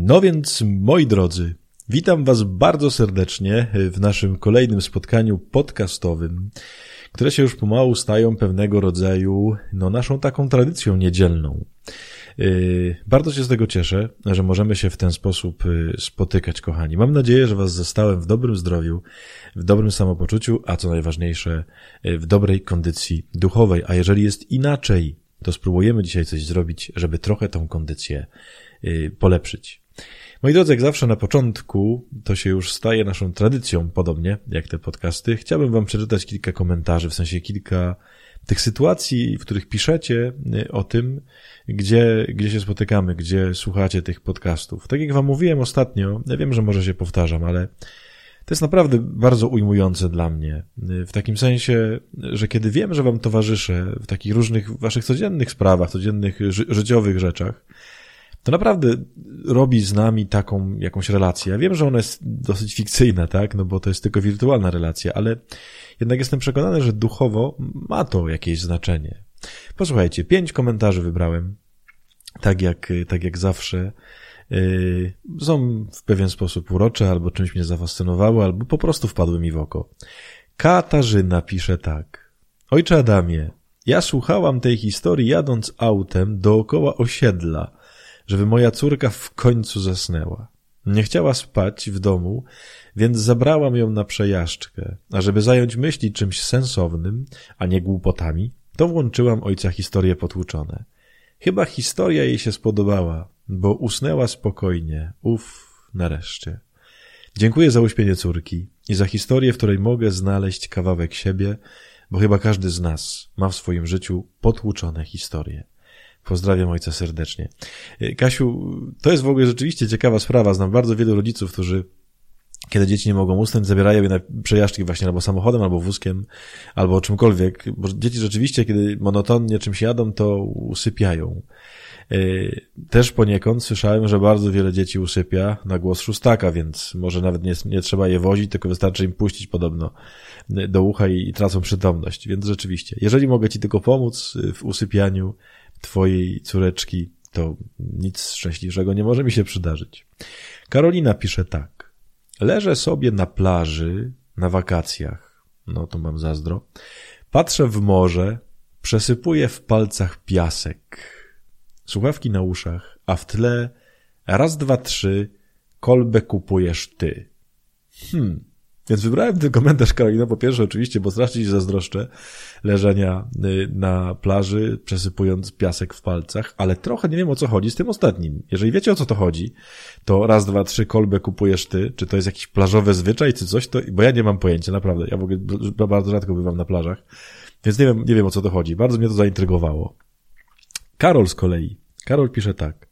No więc, moi drodzy, witam was bardzo serdecznie w naszym kolejnym spotkaniu podcastowym, które się już pomału stają pewnego rodzaju, naszą taką tradycją niedzielną. Bardzo się z tego cieszę, że możemy się w ten sposób spotykać, kochani. Mam nadzieję, że was zastałem w dobrym zdrowiu, w dobrym samopoczuciu, a co najważniejsze, w dobrej kondycji duchowej. A jeżeli jest inaczej, to spróbujemy dzisiaj coś zrobić, żeby trochę tą kondycję polepszyć. Moi drodzy, jak zawsze na początku, to się już staje naszą tradycją, podobnie jak te podcasty. Chciałbym wam przeczytać kilka komentarzy, w sensie kilka tych sytuacji, w których piszecie o tym, gdzie się spotykamy, gdzie słuchacie tych podcastów. Tak jak wam mówiłem ostatnio, ja wiem, że może się powtarzam, ale to jest naprawdę bardzo ujmujące dla mnie. W takim sensie, że kiedy wiem, że wam towarzyszę w takich różnych waszych codziennych sprawach, codziennych życiowych rzeczach, to naprawdę robi z nami taką jakąś relację. Ja wiem, że ona jest dosyć fikcyjna, tak? No bo to jest tylko wirtualna relacja, ale jednak jestem przekonany, że duchowo ma to jakieś znaczenie. Posłuchajcie, 5 komentarzy wybrałem, tak jak zawsze. Są w pewien sposób urocze, albo czymś mnie zafascynowały, albo po prostu wpadły mi w oko. Katarzyna pisze tak. Ojcze Adamie, ja słuchałam tej historii jadąc autem dookoła osiedla, żeby moja córka w końcu zasnęła. Nie chciała spać w domu, więc zabrałam ją na przejażdżkę, a żeby zająć myśli czymś sensownym, a nie głupotami, to włączyłam ojca historie potłuczone. Chyba historia jej się spodobała, bo usnęła spokojnie. Nareszcie. Dziękuję za uśpienie córki i za historię, w której mogę znaleźć kawałek siebie, bo chyba każdy z nas ma w swoim życiu potłuczone historie. Pozdrawiam ojca serdecznie. Kasiu, to jest w ogóle rzeczywiście ciekawa sprawa. Znam bardzo wielu rodziców, którzy, kiedy dzieci nie mogą usnąć, zabierają je na przejażdżki właśnie albo samochodem, albo wózkiem, albo czymkolwiek. Bo dzieci rzeczywiście, kiedy monotonnie czymś jadą, to usypiają. Też poniekąd słyszałem, że bardzo wiele dzieci usypia na głos szóstaka, więc może nawet nie trzeba je wozić, tylko wystarczy im puścić podobno do ucha i tracą przytomność. Więc rzeczywiście, jeżeli mogę ci tylko pomóc w usypianiu twojej córeczki, to nic szczęśliwszego nie może mi się przydarzyć. Karolina pisze tak. Leżę sobie na plaży na wakacjach. No to mam zazdro. Patrzę w morze, przesypuję w palcach piasek. Słuchawki na uszach, a w tle raz, dwa, trzy, kolbę kupujesz ty. Więc wybrałem ten komentarz, Karolina, po pierwsze oczywiście, bo strasznie się zazdroszczę leżenia na plaży, przesypując piasek w palcach, ale trochę nie wiem, o co chodzi z tym ostatnim. Jeżeli wiecie, o co to chodzi, to raz, dwa, trzy, kolbę kupujesz ty, czy to jest jakiś plażowy zwyczaj, czy coś, bo ja nie mam pojęcia, naprawdę. Ja w ogóle bardzo rzadko bywam na plażach, więc nie wiem, o co to chodzi. Bardzo mnie to zaintrygowało. Karol z kolei. Karol pisze tak.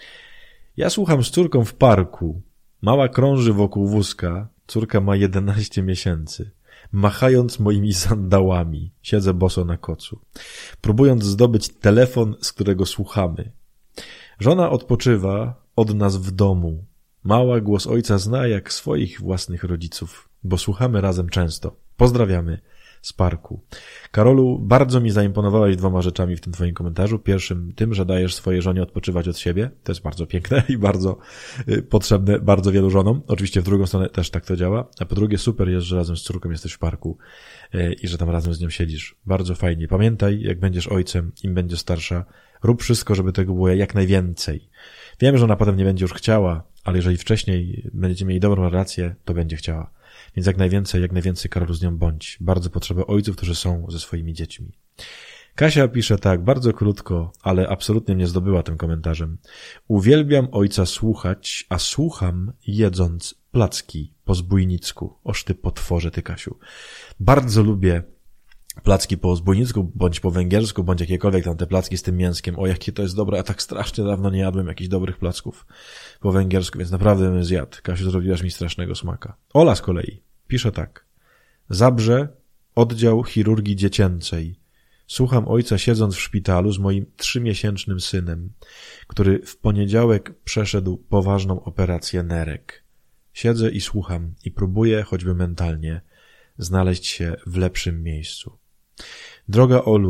Ja słucham z córką w parku. Mała krąży wokół wózka. Córka ma 11 miesięcy. Machając moimi sandałami. Siedzę boso na kocu. Próbując zdobyć telefon, z którego słuchamy. Żona odpoczywa od nas w domu. Mała głos ojca zna jak swoich własnych rodziców, bo słuchamy razem często. Pozdrawiamy z parku. Karolu, bardzo mi zaimponowałeś 2 rzeczami w tym twoim komentarzu. Pierwszym tym, że dajesz swojej żonie odpoczywać od siebie. To jest bardzo piękne i bardzo potrzebne bardzo wielu żonom. Oczywiście w drugą stronę też tak to działa. A po drugie super jest, że razem z córką jesteś w parku i że tam razem z nią siedzisz. Bardzo fajnie. Pamiętaj, jak będziesz ojcem, im będzie starsza, rób wszystko, żeby tego było jak najwięcej. Wiem, że ona potem nie będzie już chciała, ale jeżeli wcześniej będziecie mieli dobrą relację, to będzie chciała. Więc jak najwięcej, Karolu, z nią bądź. Bardzo potrzebuję ojców, którzy są ze swoimi dziećmi. Kasia pisze tak, bardzo krótko, ale absolutnie mnie zdobyła tym komentarzem. Uwielbiam ojca słuchać, a słucham jedząc placki po zbójnicku. Oż ty potworze, ty, Kasiu. Bardzo lubię placki po zbójnicku, bądź po węgiersku, bądź jakiekolwiek tam te placki z tym mięskiem. O, jakie to jest dobre, a tak strasznie dawno nie jadłem jakichś dobrych placków po węgiersku, więc naprawdę bym zjadł. Kasiu, zrobiłaś mi strasznego smaka. Ola z kolei pisze tak. Zabrze, oddział chirurgii dziecięcej. Słucham ojca siedząc w szpitalu z moim 3-miesięcznym synem, który w poniedziałek przeszedł poważną operację nerek. Siedzę i słucham i próbuję, choćby mentalnie, znaleźć się w lepszym miejscu. Droga Olu,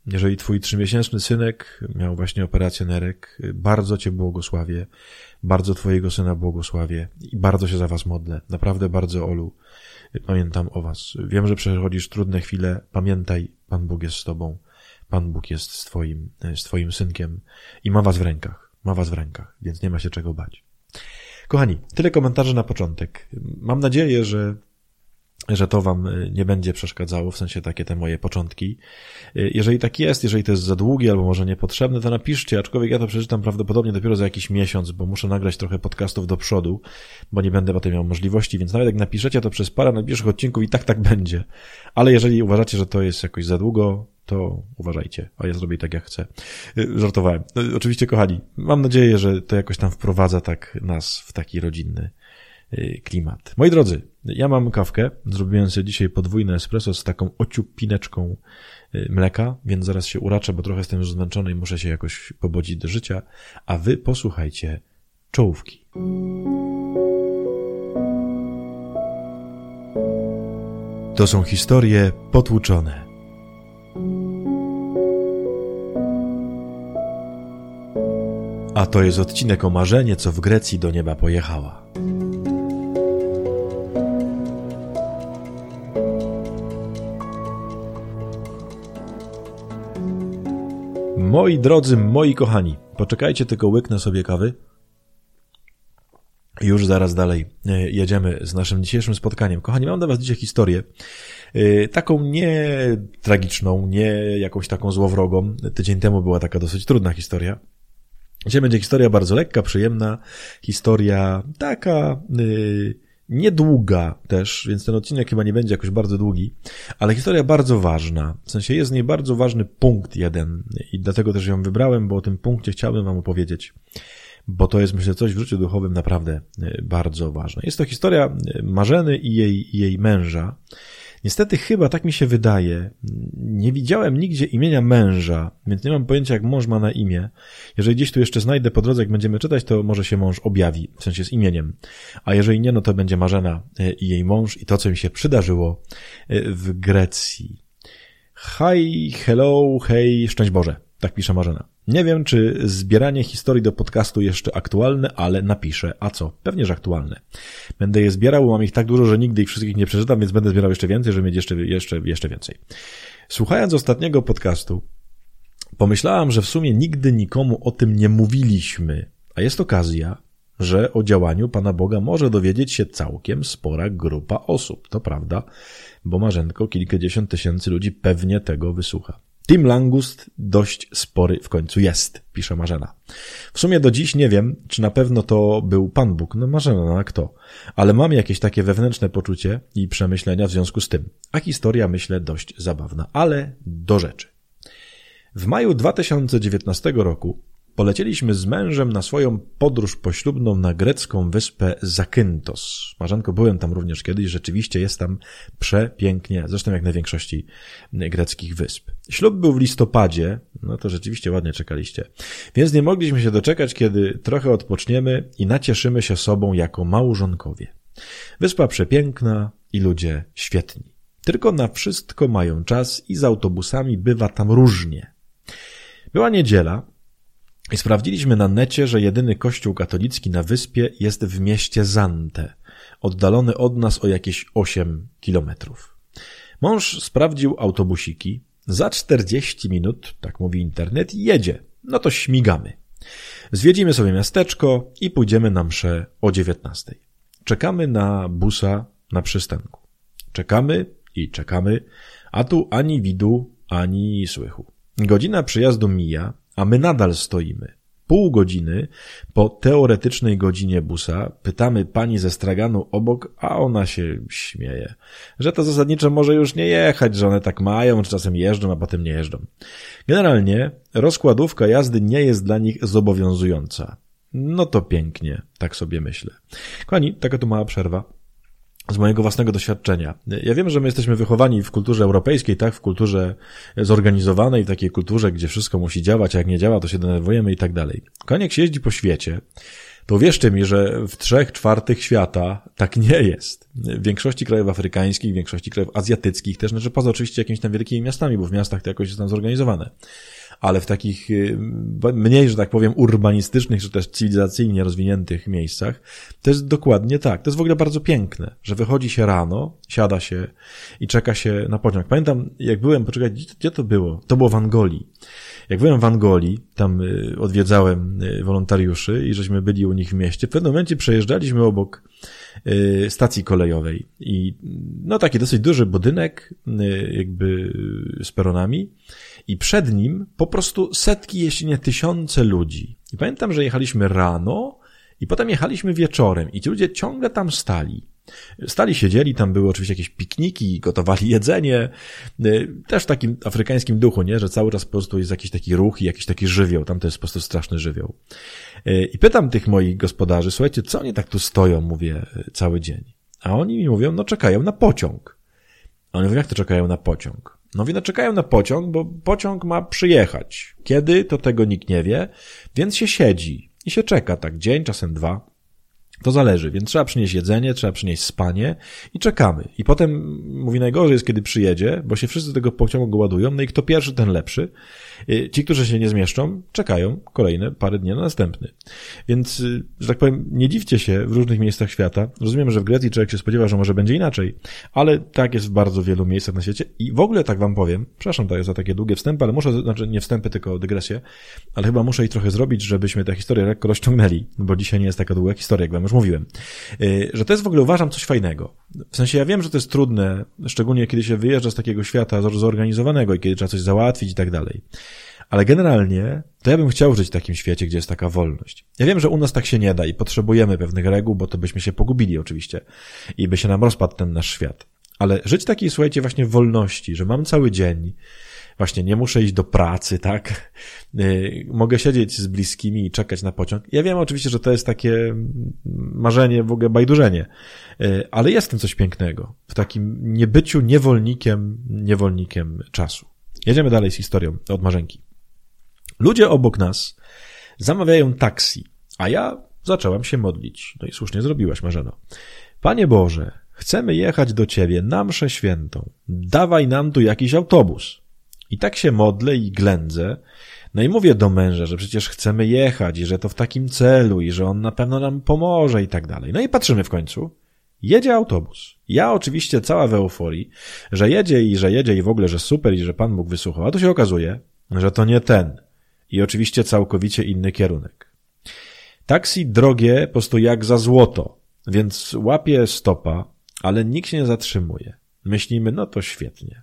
Jeżeli twój 3-miesięczny synek miał właśnie operację nerek, bardzo cię błogosławię, bardzo twojego syna błogosławię i bardzo się za was modlę. Naprawdę bardzo, Olu, pamiętam o was. Wiem, że przechodzisz trudne chwile. Pamiętaj, Pan Bóg jest z tobą. Pan Bóg jest z twoim synkiem i ma was w rękach. Ma was w rękach, więc nie ma się czego bać. Kochani, tyle komentarzy na początek. Mam nadzieję, że to wam nie będzie przeszkadzało, w sensie takie te moje początki. Jeżeli tak jest, jeżeli to jest za długie albo może niepotrzebne, to napiszcie, aczkolwiek ja to przeczytam prawdopodobnie dopiero za jakiś miesiąc, bo muszę nagrać trochę podcastów do przodu, bo nie będę potem miał możliwości, więc nawet jak napiszecie to przez parę najbliższych odcinków i tak będzie. Ale jeżeli uważacie, że to jest jakoś za długo, to uważajcie, a ja zrobię tak jak chcę. Żartowałem. Oczywiście, kochani, mam nadzieję, że to jakoś tam wprowadza tak nas w taki rodzinny klimat. Moi drodzy, ja mam kawkę, zrobiłem sobie dzisiaj podwójne espresso z taką ociupineczką mleka, więc zaraz się uraczę, bo trochę jestem już zmęczony i muszę się jakoś pobudzić do życia, a wy posłuchajcie czołówki. To są historie potłuczone. A to jest odcinek o marzenie, co w Grecji do nieba pojechała. Moi drodzy, moi kochani, poczekajcie, tylko łyknę sobie kawy. Już zaraz dalej jedziemy z naszym dzisiejszym spotkaniem. Kochani, mam dla was dzisiaj historię, taką nie tragiczną, nie jakąś taką złowrogą. Tydzień temu była taka dosyć trudna historia. Dzisiaj będzie historia bardzo lekka, przyjemna, historia taka niedługa też, więc ten odcinek chyba nie będzie jakoś bardzo długi, ale historia bardzo ważna. W sensie jest w niej bardzo ważny punkt jeden i dlatego też ją wybrałem, bo o tym punkcie chciałbym wam opowiedzieć, bo to jest, myślę, coś w życiu duchowym naprawdę bardzo ważne. Jest to historia Marzeny i jej męża. Niestety chyba, tak mi się wydaje, nie widziałem nigdzie imienia męża, więc nie mam pojęcia, jak mąż ma na imię. Jeżeli gdzieś tu jeszcze znajdę po drodze, jak będziemy czytać, to może się mąż objawi, w sensie z imieniem. A jeżeli nie, no to będzie Marzena i jej mąż i to, co im się przydarzyło w Grecji. Hi, hello, hej, szczęść Boże. Tak pisze Marzena. Nie wiem, czy zbieranie historii do podcastu jeszcze aktualne, ale napiszę. A co? Pewnie, że aktualne. Będę je zbierał, bo mam ich tak dużo, że nigdy ich wszystkich nie przeczytam, więc będę zbierał jeszcze więcej, żeby mieć jeszcze więcej. Słuchając ostatniego podcastu, pomyślałam, że w sumie nigdy nikomu o tym nie mówiliśmy, a jest okazja, że o działaniu Pana Boga może dowiedzieć się całkiem spora grupa osób. To prawda, bo Marzenko, kilkadziesiąt tysięcy ludzi pewnie tego wysłucha. Team Langust dość spory w końcu jest, pisze Marzena. W sumie do dziś nie wiem, czy na pewno to był Pan Bóg. No Marzena, no a kto? Ale mam jakieś takie wewnętrzne poczucie i przemyślenia w związku z tym. A historia, myślę, dość zabawna. Ale do rzeczy. W maju 2019 roku polecieliśmy z mężem na swoją podróż poślubną na grecką wyspę Zakynthos. Marzenko, byłem tam również kiedyś, rzeczywiście jest tam przepięknie, zresztą jak na większości greckich wysp. Ślub był w listopadzie, no to rzeczywiście ładnie czekaliście, więc nie mogliśmy się doczekać, kiedy trochę odpoczniemy i nacieszymy się sobą jako małżonkowie. Wyspa przepiękna i ludzie świetni. Tylko na wszystko mają czas i z autobusami bywa tam różnie. Była niedziela, i sprawdziliśmy na necie, że jedyny kościół katolicki na wyspie jest w mieście Zante, oddalony od nas o jakieś 8 kilometrów. Mąż sprawdził autobusiki. Za 40 minut, tak mówi internet, jedzie. No to śmigamy. Zwiedzimy sobie miasteczko i pójdziemy na mszę o 19. Czekamy na busa na przystanku. Czekamy i czekamy, a tu ani widu, ani słychu. Godzina przyjazdu mija, a my nadal stoimy. Pół godziny po teoretycznej godzinie busa pytamy pani ze straganu obok, a ona się śmieje, że to zasadniczo może już nie jechać, że one tak mają, czy czasem jeżdżą, a potem nie jeżdżą. Generalnie rozkładówka jazdy nie jest dla nich zobowiązująca. No to pięknie, tak sobie myślę. Kochani, taka tu mała przerwa. Z mojego własnego doświadczenia. Ja wiem, że my jesteśmy wychowani w kulturze europejskiej, tak, w kulturze zorganizowanej, w takiej kulturze, gdzie wszystko musi działać, a jak nie działa, to się denerwujemy i tak dalej. Jak się jeździ po świecie, to wierzcie mi, że w 3/4 świata tak nie jest. W większości krajów afrykańskich, w większości krajów azjatyckich też, znaczy poza oczywiście jakimiś tam wielkimi miastami, bo w miastach to jakoś jest tam zorganizowane. Ale w takich mniej, że tak powiem, urbanistycznych, czy też cywilizacyjnie rozwiniętych miejscach, to jest dokładnie tak. To jest w ogóle bardzo piękne, że wychodzi się rano, siada się i czeka się na pociąg. Pamiętam, jak byłem, gdzie to było? To było w Angolii. Jak byłem w Angolii, tam odwiedzałem wolontariuszy i żeśmy byli u nich w mieście, w pewnym momencie przejeżdżaliśmy obok stacji kolejowej i no taki dosyć duży budynek jakby z peronami i przed nim po prostu setki, jeśli nie tysiące ludzi. I pamiętam, że jechaliśmy rano i potem jechaliśmy wieczorem i ci ludzie ciągle tam stali. Siedzieli, tam były oczywiście jakieś pikniki, gotowali jedzenie, też w takim afrykańskim duchu, nie, że cały czas po prostu jest jakiś taki ruch i jakiś taki żywioł, tam to jest po prostu straszny żywioł. I pytam tych moich gospodarzy, słuchajcie, co oni tak tu stoją, mówię, cały dzień? A oni mi mówią, no czekają na pociąg. A oni mówią, jak to czekają na pociąg? No mówię, no czekają na pociąg, bo pociąg ma przyjechać. Kiedy, to tego nikt nie wie, więc się siedzi i się czeka tak dzień, czasem 2. To zależy, więc trzeba przynieść jedzenie, trzeba przynieść spanie i czekamy. I potem, mówi, najgorzej jest, kiedy przyjedzie, bo się wszyscy do tego pociągu ładują, no i kto pierwszy, ten lepszy. Ci, którzy się nie zmieszczą, czekają kolejne parę dni na następny. Więc, że tak powiem, nie dziwcie się w różnych miejscach świata. Rozumiem, że w Grecji człowiek się spodziewa, że może będzie inaczej, ale tak jest w bardzo wielu miejscach na świecie i w ogóle tak wam powiem, przepraszam za takie długie wstępy, ale muszę, znaczy nie wstępy, tylko dygresje, ale chyba muszę ich trochę zrobić, żebyśmy tę historię lekko rozciągnęli, bo dzisiaj nie jest taka długa historia, jak wam już mówiłem. Że to jest w ogóle, uważam, coś fajnego. W sensie ja wiem, że to jest trudne, szczególnie kiedy się wyjeżdża z takiego świata zorganizowanego i kiedy trzeba coś załatwić i tak dalej. Ale generalnie to ja bym chciał żyć w takim świecie, gdzie jest taka wolność. Ja wiem, że u nas tak się nie da i potrzebujemy pewnych reguł, bo to byśmy się pogubili oczywiście i by się nam rozpadł ten nasz świat. Ale żyć takiej, słuchajcie, właśnie wolności, że mam cały dzień, właśnie nie muszę iść do pracy, tak? Mogę siedzieć z bliskimi i czekać na pociąg. Ja wiem oczywiście, że to jest takie marzenie, w ogóle bajdurzenie, ale jest w tym coś pięknego. W takim niebyciu niewolnikiem czasu. Jedziemy dalej z historią od Marzenki. Ludzie obok nas zamawiają taksi, a ja zaczęłam się modlić. No i słusznie zrobiłaś, Marzeno. Panie Boże, chcemy jechać do Ciebie na mszę świętą. Dawaj nam tu jakiś autobus. I tak się modlę i ględzę. No i mówię do męża, że przecież chcemy jechać i że to w takim celu i że on na pewno nam pomoże i tak dalej. No i patrzymy w końcu. Jedzie autobus. Ja oczywiście cała w euforii, że jedzie i w ogóle, że super i że Pan Bóg wysłuchał. A tu się okazuje, że to nie ten. I oczywiście całkowicie inny kierunek. Taksi drogie po prostu jak za złoto, więc łapie stopa, ale nikt się nie zatrzymuje. Myślimy, no to świetnie.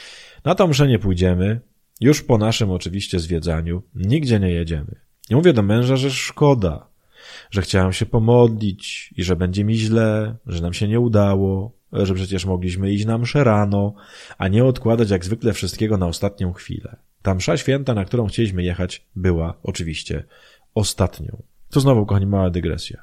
Na tą mszę nie pójdziemy, już po naszym oczywiście zwiedzaniu, nigdzie nie jedziemy. I mówię do męża, że szkoda, że chciałem się pomodlić i że będzie mi źle, że nam się nie udało, że przecież mogliśmy iść na mszę rano, a nie odkładać jak zwykle wszystkiego na ostatnią chwilę. Ta msza święta, na którą chcieliśmy jechać, była oczywiście ostatnią. To znowu, kochani, mała dygresja.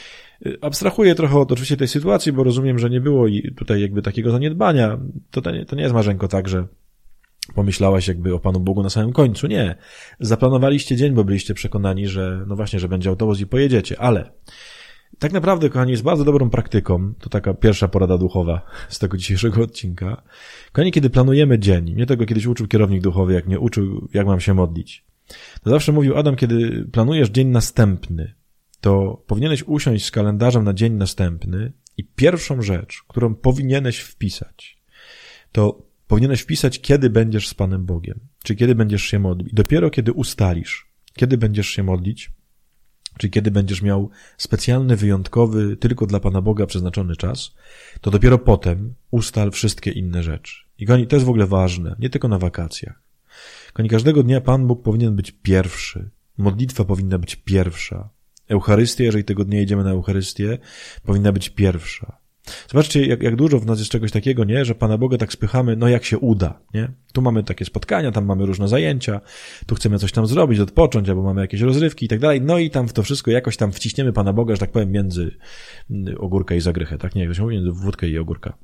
Abstrahuję trochę od oczywiście tej sytuacji, bo rozumiem, że nie było tutaj jakby takiego zaniedbania. To nie jest, Marzenko, tak, że pomyślałaś jakby o Panu Bogu na samym końcu. Nie. Zaplanowaliście dzień, bo byliście przekonani, że no właśnie, że będzie autobus i pojedziecie, ale tak naprawdę, kochani, jest bardzo dobrą praktyką, to taka pierwsza porada duchowa z tego dzisiejszego odcinka. Kochani, kiedy planujemy dzień, mnie tego kiedyś uczył kierownik duchowy, jak mnie uczył, jak mam się modlić, to zawsze mówił, Adam, kiedy planujesz dzień następny, to powinieneś usiąść z kalendarzem na dzień następny i pierwszą rzecz, którą powinieneś wpisać, to powinieneś wpisać, kiedy będziesz z Panem Bogiem, czy kiedy będziesz się modlić. I dopiero kiedy ustalisz, kiedy będziesz się modlić, czy kiedy będziesz miał specjalny, wyjątkowy, tylko dla Pana Boga przeznaczony czas, to dopiero potem ustal wszystkie inne rzeczy. I kochani, to jest w ogóle ważne, nie tylko na wakacjach. Kochani, każdego dnia Pan Bóg powinien być pierwszy. Modlitwa powinna być pierwsza. Eucharystia, jeżeli tego dnia idziemy na Eucharystię, powinna być pierwsza. Zobaczcie, jak dużo w nas jest czegoś takiego, nie, że Pana Boga tak spychamy, no jak się uda, nie? Tu mamy takie spotkania, tam mamy różne zajęcia, tu chcemy coś tam zrobić, odpocząć, albo mamy jakieś rozrywki i tak dalej, no i tam w to wszystko jakoś tam wciśniemy Pana Boga, że tak powiem, między ogórka i zagrychę, tak? Nie, jak to się mówi, między wódkę i ogórka.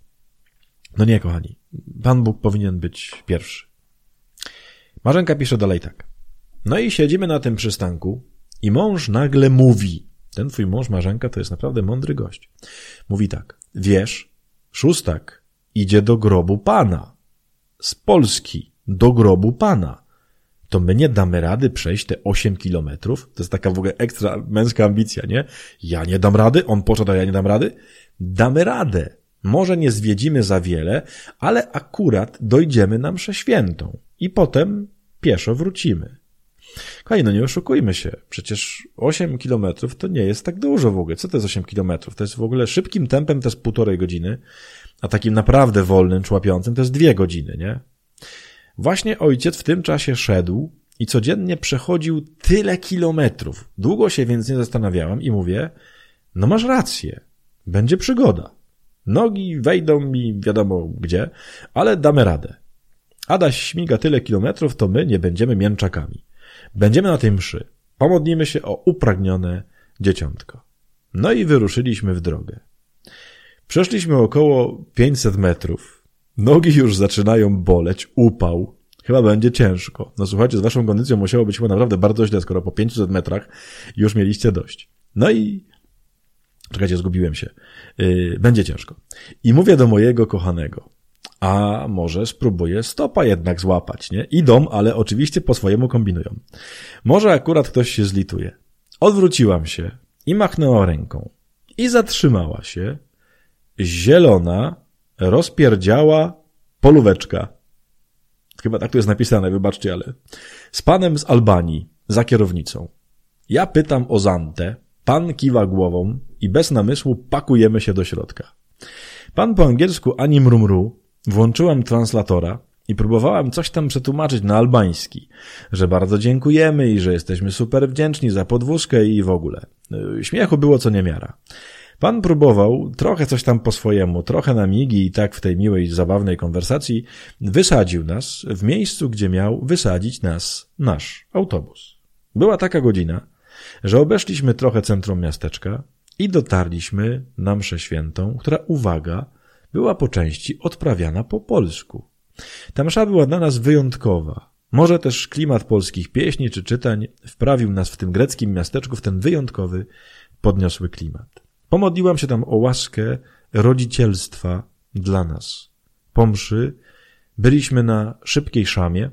No nie, kochani. Pan Bóg powinien być pierwszy. Marzenka pisze dalej tak. No i siedzimy na tym przystanku i mąż nagle mówi, Ten twój mąż Marzenka to jest naprawdę mądry gość. Mówi tak, wiesz, szóstak idzie do grobu Pana. Z Polski do grobu Pana. To my nie damy rady przejść te 8 kilometrów. To jest taka w ogóle ekstra męska ambicja, nie? Ja nie dam rady, on poszedł, a ja nie dam rady. Damy radę. Może nie zwiedzimy za wiele, ale akurat dojdziemy na mszę świętą. I potem pieszo wrócimy. Kochani, no nie oszukujmy się. Przecież 8 kilometrów to nie jest tak dużo w ogóle. Co to jest 8 kilometrów? To jest w ogóle szybkim tempem to jest 1,5 godziny, a takim naprawdę wolnym, człapiącym to jest 2 godziny, nie? Właśnie ojciec w tym czasie szedł i codziennie przechodził tyle kilometrów. Długo się więc nie zastanawiałem i mówię, no masz rację, będzie przygoda. Nogi wejdą mi wiadomo gdzie, ale damy radę. Adaś śmiga tyle kilometrów, to my nie będziemy mięczakami. Będziemy na tej mszy. Pomodlimy się o upragnione dzieciątko. No i wyruszyliśmy w drogę. Przeszliśmy około 500 metrów. Nogi już zaczynają boleć, upał. Chyba będzie ciężko. No słuchajcie, z waszą kondycją musiało być chyba naprawdę bardzo źle, skoro po 500 metrach już mieliście dość. No i... Czekajcie, zgubiłem się. Będzie ciężko. I mówię do mojego kochanego, a może spróbuję stopa jednak złapać, nie? Idą, ale oczywiście po swojemu kombinują. Może akurat ktoś się zlituje. Odwróciłam się i machnęła ręką. I zatrzymała się zielona, rozpierdziała polóweczka. Chyba tak tu jest napisane, wybaczcie, ale z panem z Albanii, za kierownicą. Ja pytam o Zantę, pan kiwa głową i bez namysłu pakujemy się do środka. Pan po angielsku ani mrumru, włączyłam translatora i próbowałam coś tam przetłumaczyć na albański, że bardzo dziękujemy i że jesteśmy super wdzięczni za podwózkę i w ogóle. Śmiechu było co niemiara. Pan próbował trochę coś tam po swojemu, trochę na migi i tak w tej miłej, zabawnej konwersacji wysadził nas w miejscu, gdzie miał wysadzić nas nasz autobus. Była taka godzina, że obeszliśmy trochę centrum miasteczka i dotarliśmy na mszę świętą, która, uwaga, była po części odprawiana po polsku. Ta msza była dla nas wyjątkowa. Może też klimat polskich pieśni czy czytań wprawił nas w tym greckim miasteczku w ten wyjątkowy, podniosły klimat. Pomodliłam się tam o łaskę rodzicielstwa dla nas. Po mszy byliśmy na szybkiej szamie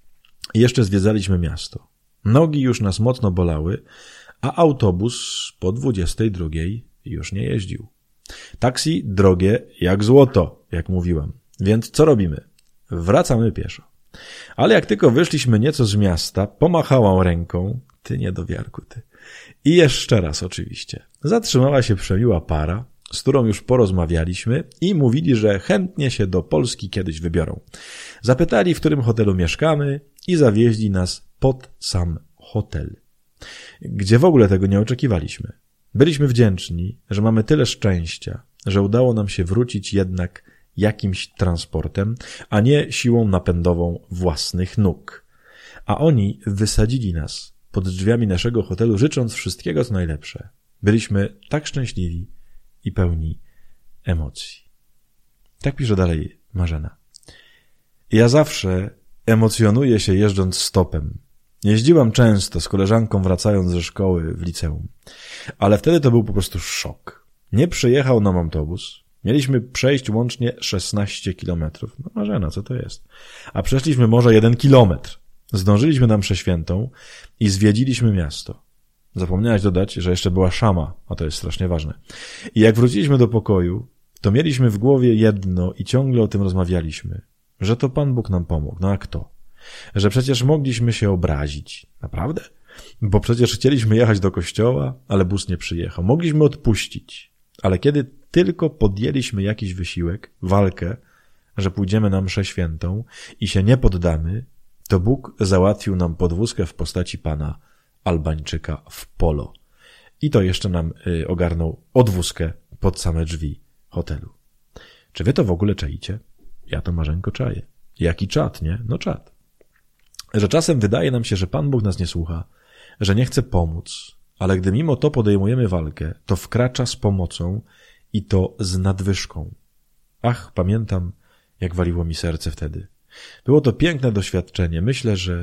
i jeszcze zwiedzaliśmy miasto. Nogi już nas mocno bolały, a autobus po 22 już nie jeździł. Taksi drogie jak złoto, jak mówiłam. Więc co robimy? Wracamy pieszo. Ale jak tylko wyszliśmy nieco z miasta, pomachałam ręką, ty niedowiarku, ty. I jeszcze raz oczywiście. Zatrzymała się przemiła para, z którą już porozmawialiśmy i mówili, że chętnie się do Polski kiedyś wybiorą. Zapytali, w którym hotelu mieszkamy i zawieźli nas pod sam hotel, gdzie w ogóle tego nie oczekiwaliśmy. Byliśmy wdzięczni, że mamy tyle szczęścia, że udało nam się wrócić jednak jakimś transportem, a nie siłą napędową własnych nóg. A oni wysadzili nas pod drzwiami naszego hotelu, życząc wszystkiego co najlepsze. Byliśmy tak szczęśliwi i pełni emocji. Tak pisze dalej Marzena. Ja zawsze emocjonuję się jeżdżąc stopem. Jeździłam często z koleżanką wracając ze szkoły w liceum. Ale wtedy to był po prostu szok. Nie przyjechał nam autobus. Mieliśmy przejść łącznie 16 kilometrów. No Marzena, co to jest? A przeszliśmy może 1 kilometr. Zdążyliśmy na mszę świętą i zwiedziliśmy miasto. Zapomniałaś dodać, że jeszcze była szama, a to jest strasznie ważne. I jak wróciliśmy do pokoju, to mieliśmy w głowie jedno i ciągle o tym rozmawialiśmy, że to Pan Bóg nam pomógł. No a kto? Że przecież mogliśmy się obrazić. Naprawdę? Bo przecież chcieliśmy jechać do kościoła, ale bus nie przyjechał. Mogliśmy odpuścić. Ale kiedy tylko podjęliśmy jakiś wysiłek, walkę, że pójdziemy na mszę świętą i się nie poddamy, to Bóg załatwił nam podwózkę w postaci pana Albańczyka w polo. I to jeszcze nam ogarnął odwózkę pod same drzwi hotelu. Czy wy to w ogóle czaicie? Ja to Marzenko czaję. Jaki czad, nie? No czad. Że czasem wydaje nam się, że Pan Bóg nas nie słucha, że nie chce pomóc, ale gdy mimo to podejmujemy walkę, to wkracza z pomocą i to z nadwyżką. Ach, pamiętam, jak waliło mi serce wtedy. Było to piękne doświadczenie. Myślę, że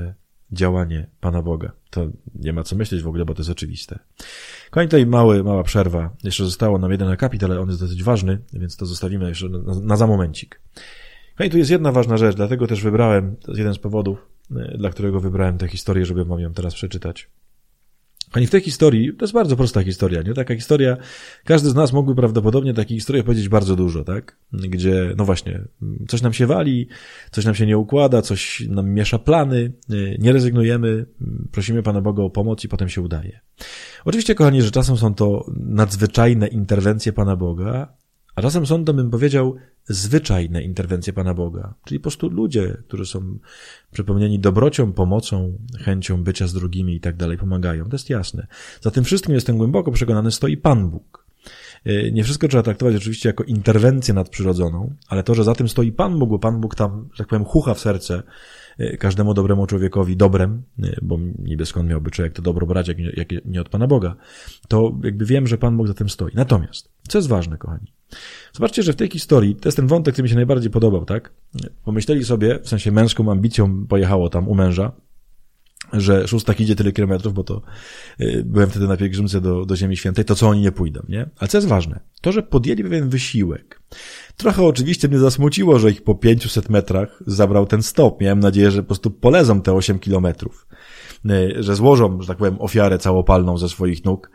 działanie Pana Boga. To nie ma co myśleć w ogóle, bo to jest oczywiste. Kochani, tutaj mała przerwa. Jeszcze zostało nam jeden akapit, ale on jest dosyć ważny, więc to zostawimy jeszcze na za momencik. Kochani, tu jest jedna ważna rzecz, dlatego też wybrałem, to jest jeden z powodów, dla którego wybrałem tę historię, żeby wam ją teraz przeczytać. Kochani, w tej historii, to jest bardzo prosta historia, nie? Taka historia, każdy z nas mógłby prawdopodobnie takiej historii powiedzieć bardzo dużo, tak? Gdzie, no właśnie, coś nam się wali, coś nam się nie układa, coś nam miesza plany, nie rezygnujemy, prosimy Pana Boga o pomoc i potem się udaje. Oczywiście, kochani, że czasem są to nadzwyczajne interwencje Pana Boga, a czasem są to, bym powiedział, zwyczajne interwencje Pana Boga, czyli po prostu ludzie, którzy są przepełnieni dobrocią, pomocą, chęcią bycia z drugimi i tak dalej, pomagają. To jest jasne. Za tym wszystkim, jestem głęboko przekonany, stoi Pan Bóg. Nie wszystko trzeba traktować oczywiście jako interwencję nadprzyrodzoną, ale to, że za tym stoi Pan Bóg, bo Pan Bóg tam, że tak powiem, chucha w serce każdemu dobremu człowiekowi dobrem, bo niby skąd miałby człowiek to dobro brać, jak nie od Pana Boga, to jakby wiem, że Pan Bóg za tym stoi. Natomiast, co jest ważne, kochani, zobaczcie, że w tej historii, to jest ten wątek, który mi się najbardziej podobał, tak? Pomyśleli sobie, w sensie męską ambicją pojechało tam u męża, że szóstak idzie tyle kilometrów, bo to byłem wtedy na pielgrzymce do Ziemi Świętej, to co oni nie pójdą, nie? Ale co jest ważne? To, że podjęli pewien wysiłek. Trochę oczywiście mnie zasmuciło, że ich po 500 metrach zabrał ten stop. Miałem nadzieję, że po prostu polezą te 8 kilometrów. Że złożą, że tak powiem, ofiarę całopalną ze swoich nóg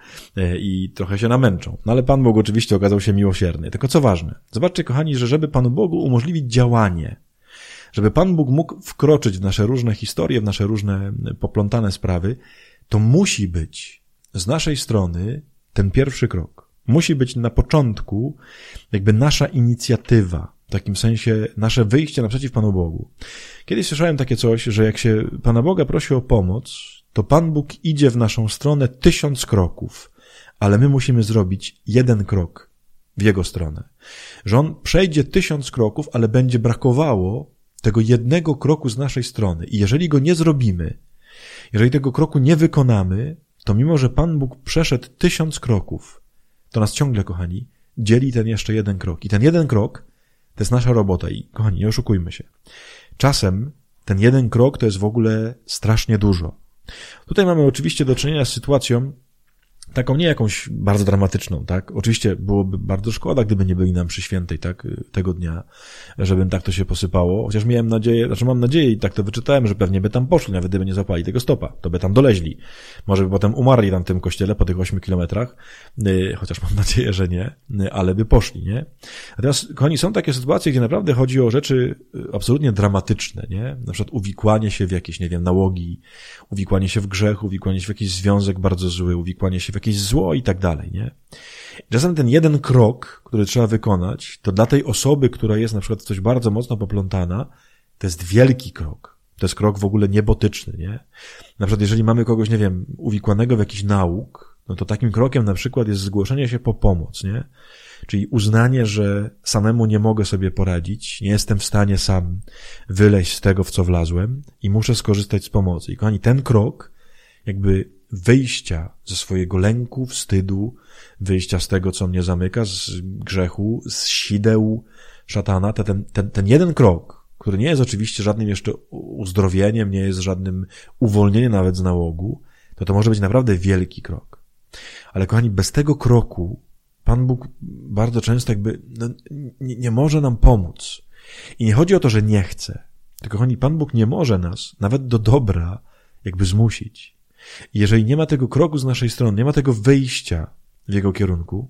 i trochę się namęczą. No ale Pan Bóg oczywiście okazał się miłosierny. Tylko co ważne? Zobaczcie, kochani, że żeby Panu Bogu umożliwić działanie, żeby Pan Bóg mógł wkroczyć w nasze różne historie, w nasze różne poplątane sprawy, to musi być z naszej strony ten pierwszy krok. Musi być na początku jakby nasza inicjatywa, w takim sensie nasze wyjście naprzeciw Panu Bogu. Kiedyś słyszałem takie coś, że jak się Pana Boga prosi o pomoc, to Pan Bóg idzie w naszą stronę 1000 kroków, ale my musimy zrobić 1 krok w Jego stronę. Że On przejdzie 1000 kroków, ale będzie brakowało tego 1 kroku z naszej strony. I jeżeli go nie zrobimy, jeżeli tego kroku nie wykonamy, to mimo, że Pan Bóg przeszedł 1000 kroków, to nas ciągle, kochani, dzieli ten jeszcze 1 krok. I ten 1 krok to jest nasza robota. I kochani, nie oszukujmy się. Czasem ten 1 krok to jest w ogóle strasznie dużo. Tutaj mamy oczywiście do czynienia z sytuacją taką nie jakąś bardzo dramatyczną, tak? Oczywiście byłoby bardzo szkoda, gdyby nie byli nam przy świętej, tak? Tego dnia, żebym tak to się posypało. Chociaż miałem nadzieję, mam nadzieję i tak to wyczytałem, że pewnie by tam poszli, nawet gdyby nie złapali tego stopa, to by tam doleźli. Może by potem umarli tam w tym kościele po tych 8 kilometrach, chociaż mam nadzieję, że nie, ale by poszli, nie? A teraz, kochani, są takie sytuacje, gdzie naprawdę chodzi o rzeczy absolutnie dramatyczne, nie? Na przykład uwikłanie się w jakieś, nie wiem, nałogi, uwikłanie się w grzech, uwikłanie się w jakiś związek bardzo zły, uwikłanie się w jakieś zło i tak dalej, nie? Czasem ten 1 krok, który trzeba wykonać, to dla tej osoby, która jest na przykład w coś bardzo mocno poplątana, to jest wielki krok. To jest krok w ogóle niebotyczny, nie? Na przykład jeżeli mamy kogoś, nie wiem, uwikłanego w jakiś nauk, no to takim krokiem na przykład jest zgłoszenie się po pomoc, nie? Czyli uznanie, że samemu nie mogę sobie poradzić, nie jestem w stanie sam wyleźć z tego, w co wlazłem i muszę skorzystać z pomocy. I kochani, ten krok jakby wyjścia ze swojego lęku, wstydu, wyjścia z tego, co mnie zamyka, z grzechu, z sideł szatana, ten 1 krok, który nie jest oczywiście żadnym jeszcze uzdrowieniem, nie jest żadnym uwolnieniem nawet z nałogu, to może być naprawdę wielki krok. Ale kochani, bez tego kroku Pan Bóg bardzo często jakby nie może nam pomóc. I nie chodzi o to, że nie chce. Tylko kochani, Pan Bóg nie może nas nawet do dobra jakby zmusić. I jeżeli nie ma tego kroku z naszej strony, nie ma tego wyjścia w Jego kierunku,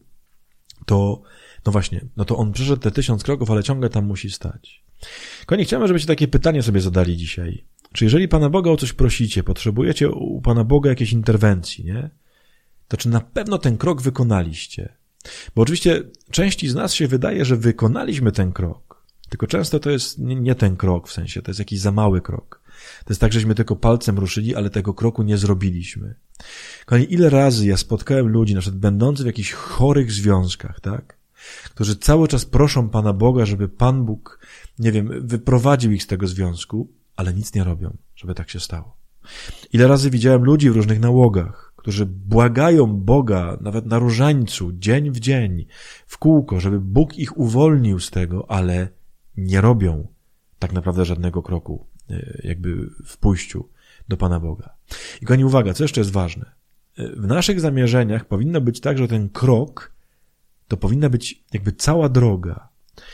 to, no właśnie, no to On przeszedł te 1000 kroków, ale ciągle tam musi stać. Kochani, chciałem, żebyście takie pytanie sobie zadali dzisiaj. Czy jeżeli Pana Boga o coś prosicie, potrzebujecie u Pana Boga jakiejś interwencji, nie? To czy na pewno ten krok wykonaliście? Bo oczywiście części z nas się wydaje, że wykonaliśmy ten krok. Tylko często to jest nie ten krok, w sensie to jest jakiś za mały krok. To jest tak, żeśmy tylko palcem ruszyli, ale tego kroku nie zrobiliśmy. Kochani, ile razy ja spotkałem ludzi, na przykład będących w jakichś chorych związkach, tak? Którzy cały czas proszą Pana Boga, żeby Pan Bóg, nie wiem, wyprowadził ich z tego związku, ale nic nie robią, żeby tak się stało. Ile razy widziałem ludzi w różnych nałogach, którzy błagają Boga, nawet na różańcu, dzień w dzień, w kółko, żeby Bóg ich uwolnił z tego, ale nie robią tak naprawdę żadnego kroku jakby w pójściu do Pana Boga. I kochani, uwaga, co jeszcze jest ważne? W naszych zamierzeniach powinno być tak, że ten krok to powinna być jakby cała droga.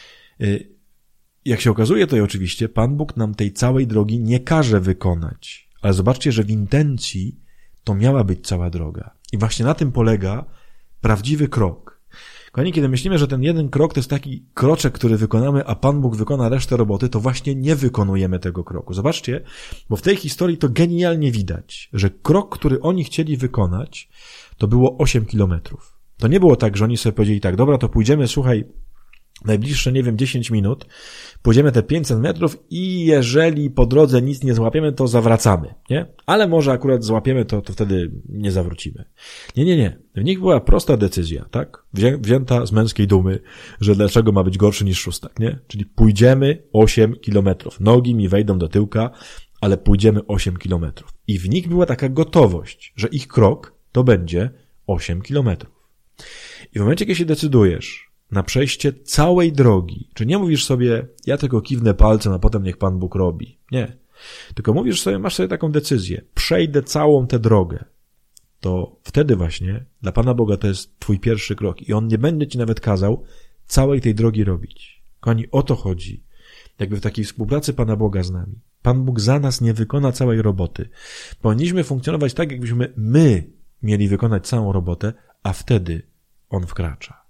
Jak się okazuje, to oczywiście Pan Bóg nam tej całej drogi nie każe wykonać. Ale zobaczcie, że w intencji to miała być cała droga. I właśnie na tym polega prawdziwy krok. Kochani, kiedy myślimy, że ten jeden krok to jest taki kroczek, który wykonamy, a Pan Bóg wykona resztę roboty, to właśnie nie wykonujemy tego kroku. Zobaczcie, bo w tej historii to genialnie widać, że krok, który oni chcieli wykonać, to było 8 kilometrów. To nie było tak, że oni sobie powiedzieli tak, dobra, to pójdziemy, słuchaj, najbliższe, 10 minut, pójdziemy te 500 metrów i jeżeli po drodze nic nie złapiemy, to zawracamy, nie? Ale może akurat złapiemy, to wtedy nie zawrócimy. Nie. W nich była prosta decyzja, tak? Wzięta z męskiej dumy, że dlaczego ma być gorszy niż szóstak, nie? Czyli pójdziemy 8 kilometrów. Nogi mi wejdą do tyłka, ale pójdziemy 8 kilometrów. I w nich była taka gotowość, że ich krok to będzie 8 kilometrów. I w momencie, kiedy się decydujesz na przejście całej drogi, czy nie mówisz sobie, ja tylko kiwnę palcem, a potem niech Pan Bóg robi. Nie. Tylko mówisz sobie, masz sobie taką decyzję, przejdę całą tę drogę. To wtedy właśnie dla Pana Boga to jest twój pierwszy krok i On nie będzie ci nawet kazał całej tej drogi robić. Kochani, o to chodzi. Jakby w takiej współpracy Pana Boga z nami. Pan Bóg za nas nie wykona całej roboty. Powinniśmy funkcjonować tak, jakbyśmy my mieli wykonać całą robotę, a wtedy On wkracza.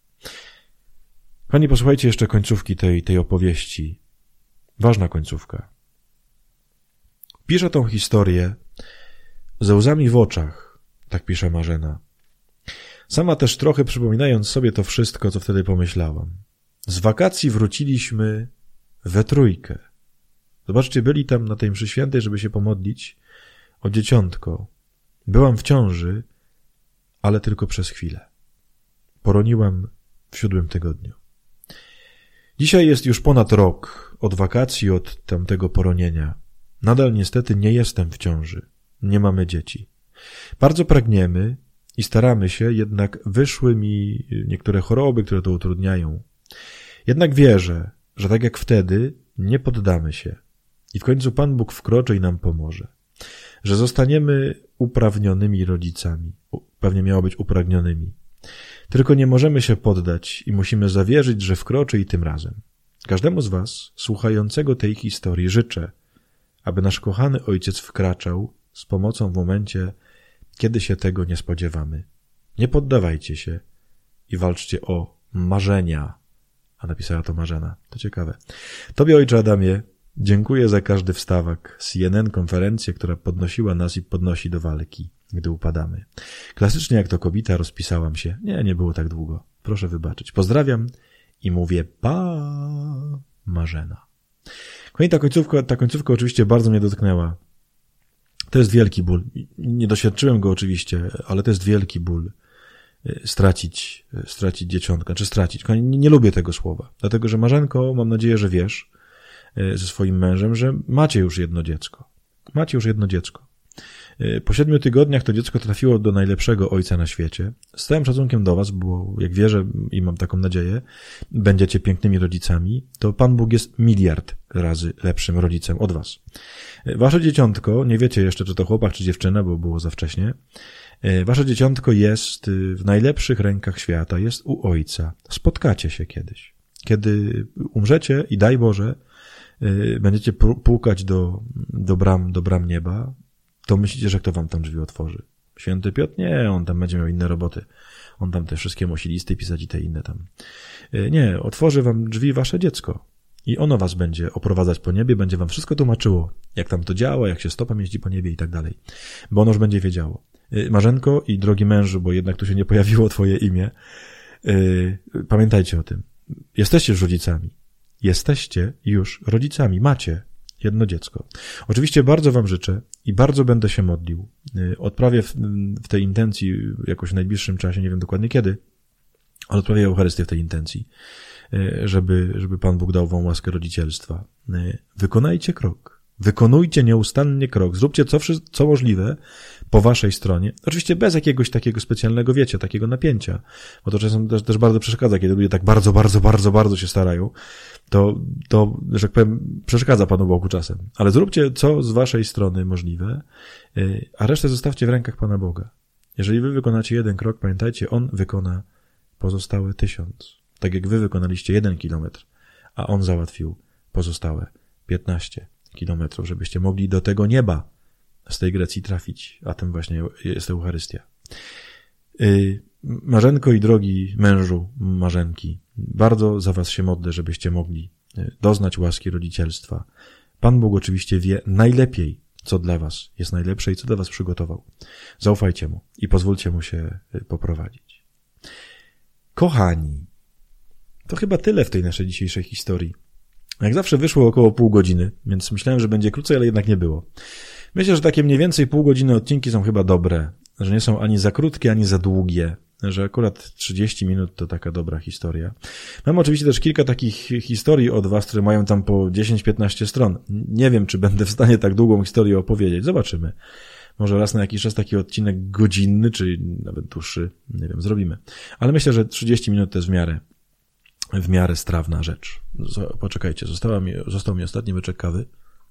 Kochani, posłuchajcie jeszcze końcówki tej opowieści. Ważna końcówka. Piszę tą historię ze łzami w oczach, tak pisze Marzena. Sama też trochę przypominając sobie to wszystko, co wtedy pomyślałam. Z wakacji wróciliśmy we trójkę. Zobaczcie, byli tam na tej mszy świętej, żeby się pomodlić o dzieciątko. Byłam w ciąży, ale tylko przez chwilę. Poroniłam w 7. tygodniu. Dzisiaj jest już ponad rok od wakacji, od tamtego poronienia. Nadal niestety nie jestem w ciąży. Nie mamy dzieci. Bardzo pragniemy i staramy się, jednak wyszły mi niektóre choroby, które to utrudniają. Jednak wierzę, że tak jak wtedy nie poddamy się i w końcu Pan Bóg wkroczy i nam pomoże. Że zostaniemy uprawnionymi rodzicami. Pewnie miało być upragnionymi. Tylko nie możemy się poddać i musimy zawierzyć, że wkroczy i tym razem. Każdemu z was, słuchającego tej historii, życzę, aby nasz kochany Ojciec wkraczał z pomocą w momencie, kiedy się tego nie spodziewamy. Nie poddawajcie się i walczcie o marzenia. A napisała to Marzena. To ciekawe. Tobie, Ojcze Adamie, dziękuję za każdy wstawak, CNN, konferencję, która podnosiła nas i podnosi do walki, gdy upadamy. Klasycznie jak to kobieta rozpisałam się. Nie było tak długo. Proszę wybaczyć. Pozdrawiam i mówię pa, Marzena. Ta końcówka oczywiście bardzo mnie dotknęła. To jest wielki ból. Nie doświadczyłem go oczywiście, ale to jest wielki ból. Stracić dzieciątka, czy stracić. Nie lubię tego słowa. Dlatego, że Marzenko, mam nadzieję, że wiesz ze swoim mężem, że macie już jedno dziecko. Po 7 tygodniach to dziecko trafiło do najlepszego ojca na świecie. Z całym szacunkiem do was, bo jak wierzę i mam taką nadzieję, będziecie pięknymi rodzicami, to Pan Bóg jest miliard razy lepszym rodzicem od was. Wasze dzieciątko, nie wiecie jeszcze, czy to chłopak, czy dziewczyna, bo było za wcześnie, wasze dzieciątko jest w najlepszych rękach świata, jest u ojca. Spotkacie się kiedyś. Kiedy umrzecie i daj Boże, będziecie pukać do bram nieba, to myślicie, że kto wam tam drzwi otworzy? Święty Piotr? Nie, on tam będzie miał inne roboty. On tam te wszystkie mosilisty pisać i te inne tam. Nie, otworzy wam drzwi wasze dziecko. I ono was będzie oprowadzać po niebie, będzie wam wszystko tłumaczyło, jak tam to działa, jak się stopem jeździ po niebie i tak dalej. Bo ono już będzie wiedziało. Marzenko i drogi mężu, bo jednak tu się nie pojawiło twoje imię, pamiętajcie o tym. Jesteście już rodzicami. Macie jedno dziecko. Oczywiście bardzo wam życzę i bardzo będę się modlił. Odprawię w tej intencji jakoś w najbliższym czasie, nie wiem dokładnie kiedy, ale odprawię Eucharystię w tej intencji, żeby Pan Bóg dał wam łaskę rodzicielstwa. Wykonajcie krok. Wykonujcie nieustannie krok. Zróbcie co możliwe po waszej stronie. Oczywiście bez jakiegoś takiego specjalnego, takiego napięcia. Bo to czasem też bardzo przeszkadza, kiedy ludzie tak bardzo się starają. To, że tak powiem, przeszkadza Panu Bogu czasem. Ale zróbcie co z waszej strony możliwe, a resztę zostawcie w rękach Pana Boga. Jeżeli wy wykonacie 1 krok, pamiętajcie, On wykona pozostałe 1000. Tak jak wy wykonaliście 1 kilometr, a On załatwił pozostałe 15 kilometrów, żebyście mogli do tego nieba z tej Grecji trafić, a tym właśnie jest Eucharystia. Marzenko i drogi mężu, marzenki, bardzo za was się modlę, żebyście mogli doznać łaski rodzicielstwa. Pan Bóg oczywiście wie najlepiej, co dla was jest najlepsze i co dla was przygotował. Zaufajcie Mu i pozwólcie Mu się poprowadzić. Kochani, to chyba tyle w tej naszej dzisiejszej historii. Jak zawsze wyszło około pół godziny, więc myślałem, że będzie krócej, ale jednak nie było. Myślę, że takie mniej więcej pół godziny odcinki są chyba dobre, że nie są ani za krótkie, ani za długie, że akurat 30 minut to taka dobra historia. Mam oczywiście też kilka takich historii od was, które mają tam po 10-15 stron. Nie wiem, czy będę w stanie tak długą historię opowiedzieć. Zobaczymy. Może raz na jakiś czas taki odcinek godzinny, czy nawet dłuższy, nie wiem, zrobimy. Ale myślę, że 30 minut to jest w miarę strawna rzecz. Poczekajcie, został mi ostatni łyczek kawy.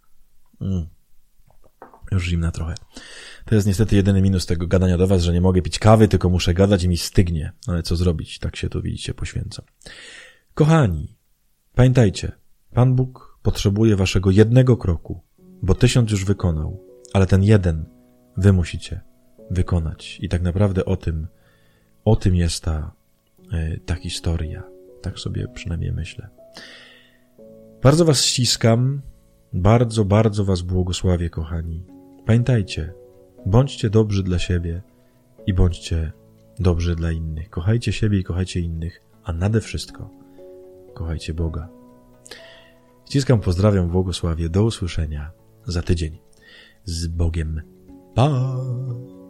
Już zimna trochę. To jest niestety jedyny minus tego gadania do was, że nie mogę pić kawy, tylko muszę gadać i mi stygnie. Ale co zrobić? Tak się tu, widzicie, poświęcam. Kochani, pamiętajcie, Pan Bóg potrzebuje waszego 1 kroku, bo 1000 już wykonał, ale ten 1 wy musicie wykonać. I tak naprawdę o tym jest ta historia. Tak sobie przynajmniej myślę. Bardzo was ściskam, bardzo was błogosławię, kochani. Pamiętajcie, bądźcie dobrzy dla siebie i bądźcie dobrzy dla innych. Kochajcie siebie i kochajcie innych, a nade wszystko kochajcie Boga. Ściskam, pozdrawiam, błogosławię. Do usłyszenia za tydzień. Z Bogiem. Pa!